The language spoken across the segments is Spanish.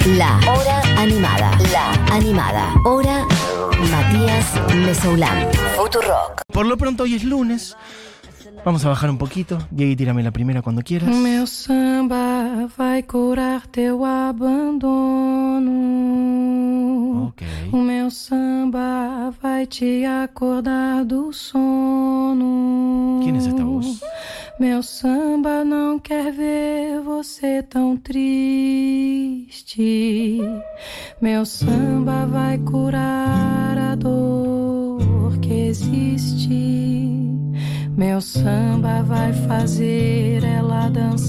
La Hora Animada. La Animada. Hora Matías Mesoulán. Futurock. Por lo pronto hoy es lunes. Vamos a bajar un poquito. Diego, tírame la primera cuando quieras. Meu samba vai curar teu abandono. Ok. O meu samba vai te acordar do sono. ¿Quién es esta voz? Meu samba não quer ver você tão triste. Meu samba vai curar a dor que existe. Meu samba vai fazer ela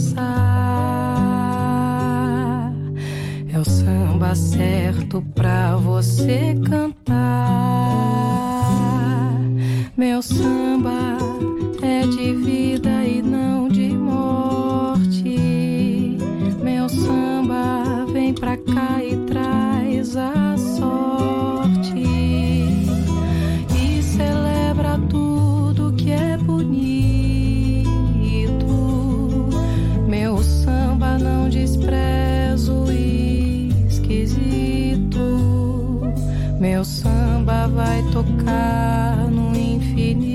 dançar. É o samba certo pra você cantar. Meu samba é de vida e não de morte. Meu samba vem pra cá e traz a sorte. E celebra tudo que é bonito. Meu samba não despreza o esquisito. Meu samba vai tocar no infinito.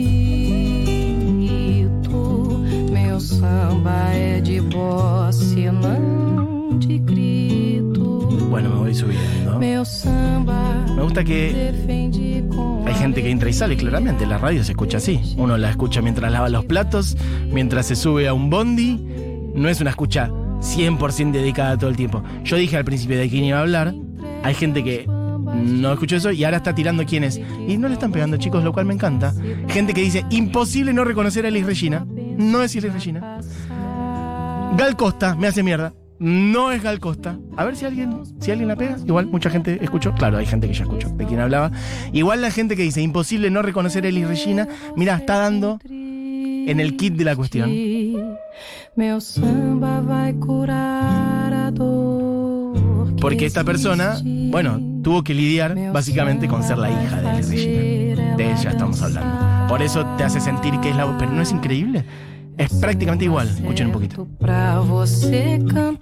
Meu samba é de bossa, não de grito. Bueno, me voy subiendo. Meu samba Me gusta que defende com hay gente que entra y sale, claramente. La radio se escucha así. Uno la escucha mientras lava los platos, mientras se sube a un bondi. No es una escucha 100% dedicada todo el tiempo. Yo dije al principio de quién iba a hablar. Hay gente que no escuchó eso y ahora está tirando quién es. Y no le están pegando, chicos, lo cual me encanta. Gente que dice, imposible no reconocer a Elis Regina. No es Elis Regina. Gal Costa, me hace mierda. No es Gal Costa. A ver si alguien la pega. Igual mucha gente escuchó. Claro, hay gente que ya escuchó de quién hablaba. Igual la gente que dice, imposible no reconocer a Elis Regina. Mirá, está dando en el kit de la cuestión. Meu samba vai curar a dor. Porque esta persona, bueno, tuvo que lidiar básicamente con ser la hija de Elis Regina. De ella estamos hablando. Por eso te hace sentir que es la voz. Pero ¿no es increíble? Es prácticamente igual. Escuchen un poquito. Pra você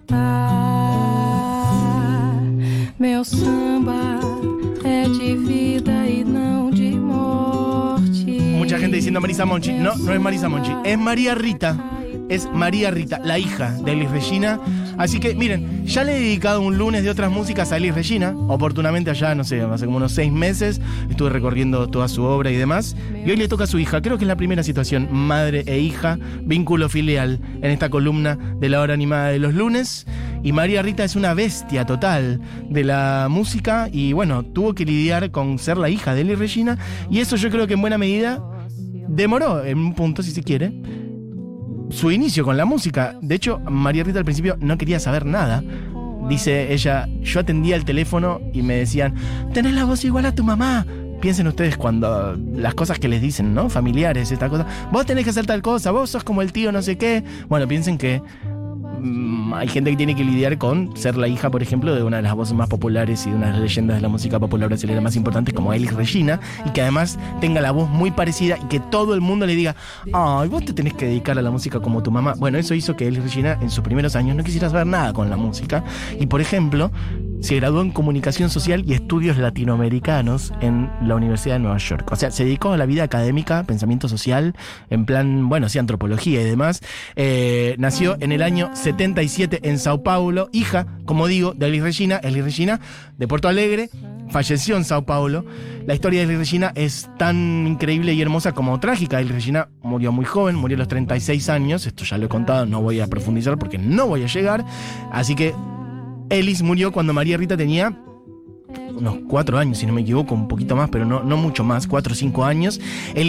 cantar. Meu samba é de vida e não de morte. Mucha gente diciendo Marisa Monchi. No, no es Marisa Monchi. Es María Rita. Es María Rita, la hija de Elis Regina. Así que, miren, ya le he dedicado un lunes de otras músicas a Elis Regina. Oportunamente allá, no sé, hace como unos 6 meses. Estuve recorriendo toda su obra y demás. Y hoy le toca a su hija. Creo que es la primera situación, madre e hija, vínculo filial, en esta columna de la hora animada de los lunes. Y María Rita es una bestia total de la música. Y bueno, tuvo que lidiar con ser la hija de Elis Regina. Y eso yo creo que en buena medida demoró, en un punto, si se quiere, su inicio con la música. De hecho, María Rita al principio no quería saber nada. Dice ella, yo atendía el teléfono y me decían, tenés la voz igual a tu mamá. Piensen ustedes cuando las cosas que les dicen, ¿no? Familiares, esta cosa. Vos tenés que hacer tal cosa, vos sos como el tío no sé qué. Bueno, piensen que hay gente que tiene que lidiar con ser la hija, por ejemplo, de una de las voces más populares y de una de las leyendas de la música popular brasileña más importantes como Elis Regina, y que además tenga la voz muy parecida y que todo el mundo le diga, ay, vos te tenés que dedicar a la música como tu mamá. Bueno, eso hizo que Elis Regina en sus primeros años no quisiera saber nada con la música y, por ejemplo, se graduó en Comunicación Social y Estudios Latinoamericanos en la Universidad de Nueva York. O sea, se dedicó a la vida académica, pensamiento social, en plan, bueno, sí, antropología y demás. Nació en el año 77 en Sao Paulo, hija, como digo, de Elis Regina. Elis Regina, de Porto Alegre, falleció en Sao Paulo. La historia de Elis Regina es tan increíble y hermosa como trágica. Elis Regina murió muy joven, murió a los 36 años. Esto ya lo he contado, no voy a profundizar porque no voy a llegar. Así que Elis murió cuando María Rita tenía unos 4 años, si no me equivoco, un poquito más, pero no mucho más, 4 o 5 años.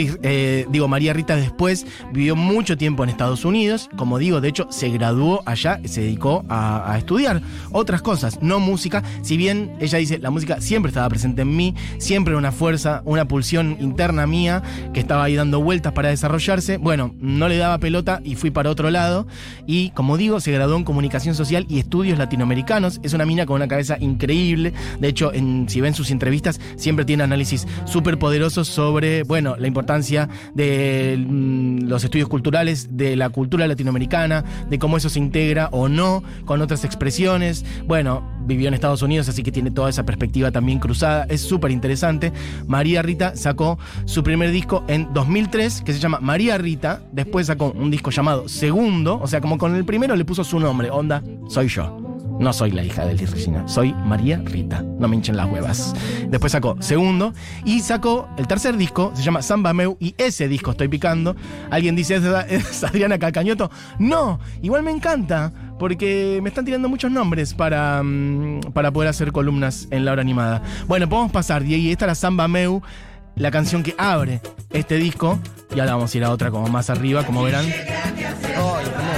María Rita después vivió mucho tiempo en Estados Unidos. Como digo, de hecho, se graduó allá, se dedicó a estudiar otras cosas, no música. Si bien ella dice, la música siempre estaba presente en mí, siempre una fuerza, una pulsión interna mía que estaba ahí dando vueltas para desarrollarse. Bueno, no le daba pelota y fui para otro lado. Y como digo, se graduó en Comunicación Social y Estudios Latinoamericanos. Es una mina con una cabeza increíble. De hecho, en si ven sus entrevistas, siempre tiene análisis súper poderosos sobre, bueno, la importancia de los estudios culturales, de la cultura latinoamericana, de cómo eso se integra o no con otras expresiones. Bueno, vivió en Estados Unidos, así que tiene toda esa perspectiva también cruzada. Es súper interesante. María Rita sacó su primer disco en 2003, que se llama María Rita. Después sacó un disco llamado Segundo, o sea, como con el primero le puso su nombre, onda, soy yo. No soy la hija de Elis Regina, soy María Rita. No me hinchen las huevas. Después sacó Segundo y sacó el tercer disco, se llama Samba Meu, y ese disco estoy picando. Alguien dice, ¿es Adriana Calcañoto? No, igual me encanta, porque me están tirando muchos nombres para poder hacer columnas en La Hora Animada. Bueno, podemos pasar, Diego. Esta era Samba Meu, la canción que abre este disco. Y ahora vamos a ir a otra como más arriba, como verán. Oh,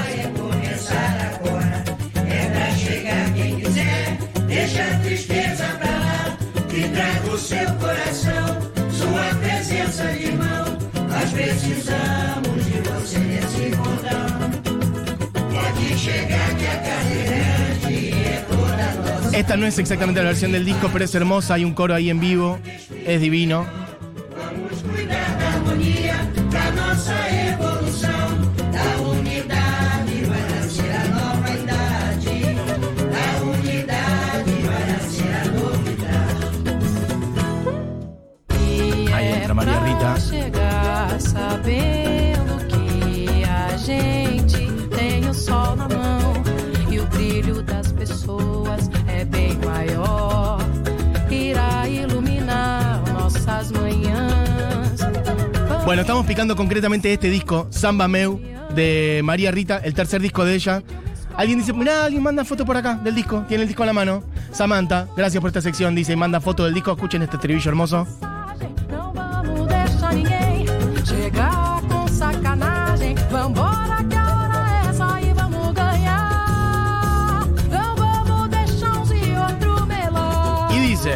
Deixa a tristeza pra lá, que traga o seu coração, sua presença de irmão. Nós precisamos de você nesse condão. Pode chegar que a cadeirante é toda nossa. Esta no es exactamente la versión del disco, pero es hermosa. Hay un coro ahí en vivo, es divino. Vamos cuidar da harmonia, da nossa evolução, da unidade vai nascer a nova idade, da unidade vai nascer a novidade. Ahí entra María Rita. Chegar sabendo que a gente tem o sol na mão e o brilho das pessoas é bem maior, irá iluminar nossas manhãs. Bueno, estamos picando concretamente este disco, Samba Meu, de María Rita, el tercer disco de ella. Alguien dice, mirá, alguien manda foto por acá del disco, tiene el disco en la mano. Samantha, gracias por esta sección, dice, manda foto del disco, escuchen este estribillo hermoso. Não vamos deixar ninguém chegar com sacanagem. Vambora que a hora é essa e vamos ganhar. Não vamos deixar uns e outro melar. Y dice,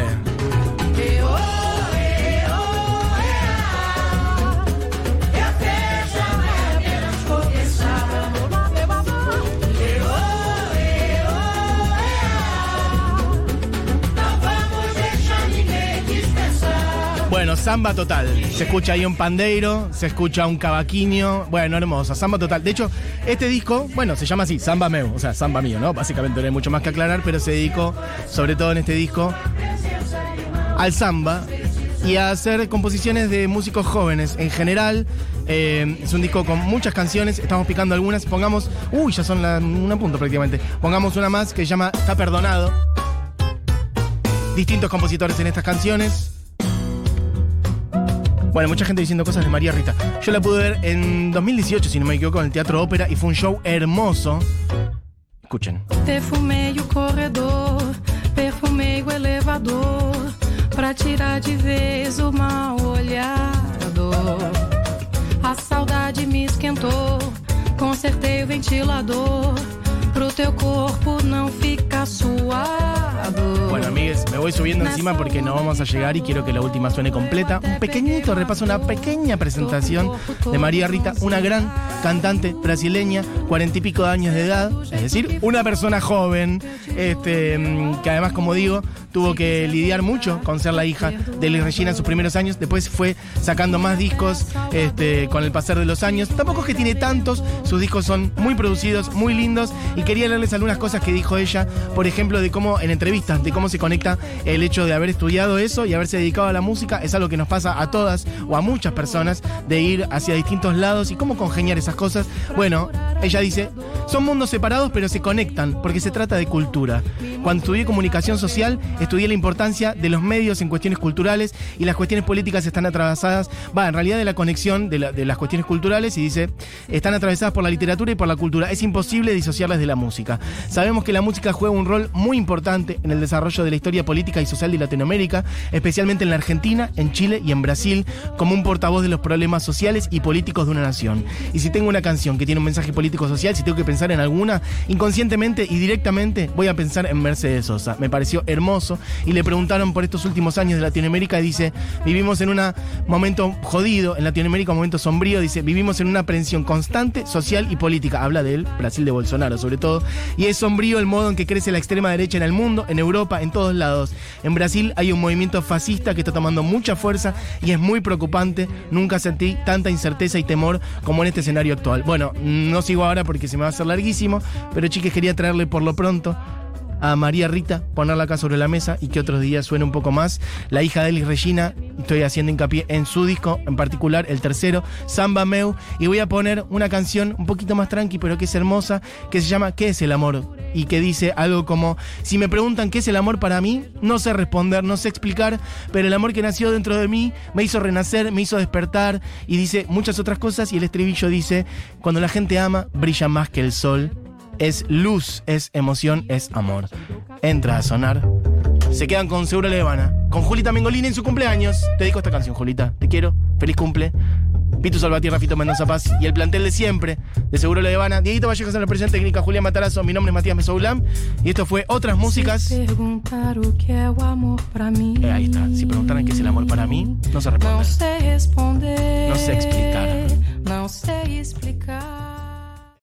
bueno, samba total. Se escucha ahí un pandeiro, se escucha un cavaquinho. Bueno, hermosa, samba total. De hecho, este disco, bueno, se llama así, Samba Meu, o sea, samba mío, ¿no? Básicamente no hay mucho más que aclarar, pero se dedicó, sobre todo en este disco, al samba y a hacer composiciones de músicos jóvenes en general. Es un disco con muchas canciones, estamos picando algunas. Pongamos, ya son una punto prácticamente. Pongamos una más que se llama Está Perdonado. Distintos compositores en estas canciones. Bueno, mucha gente diciendo cosas de María Rita. Yo la pude ver en 2018, si no me equivoco, en el Teatro Ópera, y fue un show hermoso. Escuchen. Perfumei o corredor, perfumei o elevador, pra tirar de vez o mal olhado. A saudade me esquentou, consertei o ventilador, pro teu corpo não ficar suado. Bueno, amigues, me voy subiendo encima porque no vamos a llegar y quiero que la última suene completa. Un pequeñito repaso, una pequeña presentación de María Rita, una gran cantante brasileña, 40 y pico de años de edad, es decir, una persona joven, que además, como digo, tuvo que lidiar mucho con ser la hija de Elis Regina en sus primeros años. Después fue sacando más discos con el pasar de los años. Tampoco es que tiene tantos, sus discos son muy producidos, muy lindos, y quería leerles algunas cosas que dijo ella, por ejemplo, de cómo en entrevistas, de cómo se conecta el hecho de haber estudiado eso y haberse dedicado a la música. Es algo que nos pasa a todas o a muchas personas, de ir hacia distintos lados y cómo congeniar esas cosas. Bueno, ella dice, son mundos separados pero se conectan porque se trata de cultura. Cuando estudié comunicación social, estudié la importancia de los medios en cuestiones culturales, y las cuestiones políticas están atravesadas, en realidad de la conexión de las cuestiones culturales, y dice, están atravesadas por la literatura y por la cultura. Es imposible disociarlas de la música. Sabemos que la música juega un rol muy importante en el desarrollo de la historia política y social de Latinoamérica, especialmente en la Argentina, en Chile y en Brasil, como un portavoz de los problemas sociales y políticos de una nación. Y si tengo una canción que tiene un mensaje político social, si tengo que pensar en alguna, inconscientemente y directamente voy a pensar en Mercedes Sosa. Me pareció hermoso y le preguntaron por estos últimos años de Latinoamérica y dice, vivimos en un momento jodido, en Latinoamérica un momento sombrío, dice, vivimos en una aprensión constante, social y política. Habla del Brasil de Bolsonaro sobre todo. Y es sombrío el modo en que crece la extrema derecha en el mundo, en Europa, en todos lados. En Brasil hay un movimiento fascista que está tomando mucha fuerza y es muy preocupante. Nunca sentí tanta incerteza y temor como en este escenario actual. Bueno, no sigo ahora porque se me va a hacer larguísimo, pero chiques, quería traerle por lo pronto a María Rita, ponerla acá sobre la mesa y que otros días suene un poco más. La hija de Elis Regina, estoy haciendo hincapié en su disco, en particular el tercero, Samba Meu, y voy a poner una canción un poquito más tranqui, pero que es hermosa, que se llama ¿Qué es el amor? Y que dice algo como, si me preguntan qué es el amor para mí, no sé responder, no sé explicar, pero el amor que nació dentro de mí me hizo renacer, me hizo despertar, y dice muchas otras cosas, y el estribillo dice, cuando la gente ama, brilla más que el sol. Es luz, es emoción, es amor. Entra a sonar. Se quedan con Seguro La Habana. Con Julita Mengolini en su cumpleaños. Te dedico esta canción, Julita. Te quiero. Feliz cumple. Pitu Salvatierra, Fito Mendoza Paz y el plantel de siempre de Seguro La Habana. Dieguito Vallejos en la presión técnica, Julián Matarazo. Mi nombre es Matías Mesoulam. Y esto fue Otras Músicas. Ahí está. Si preguntaran qué es el amor para mí, no sé responder. No sé explicar.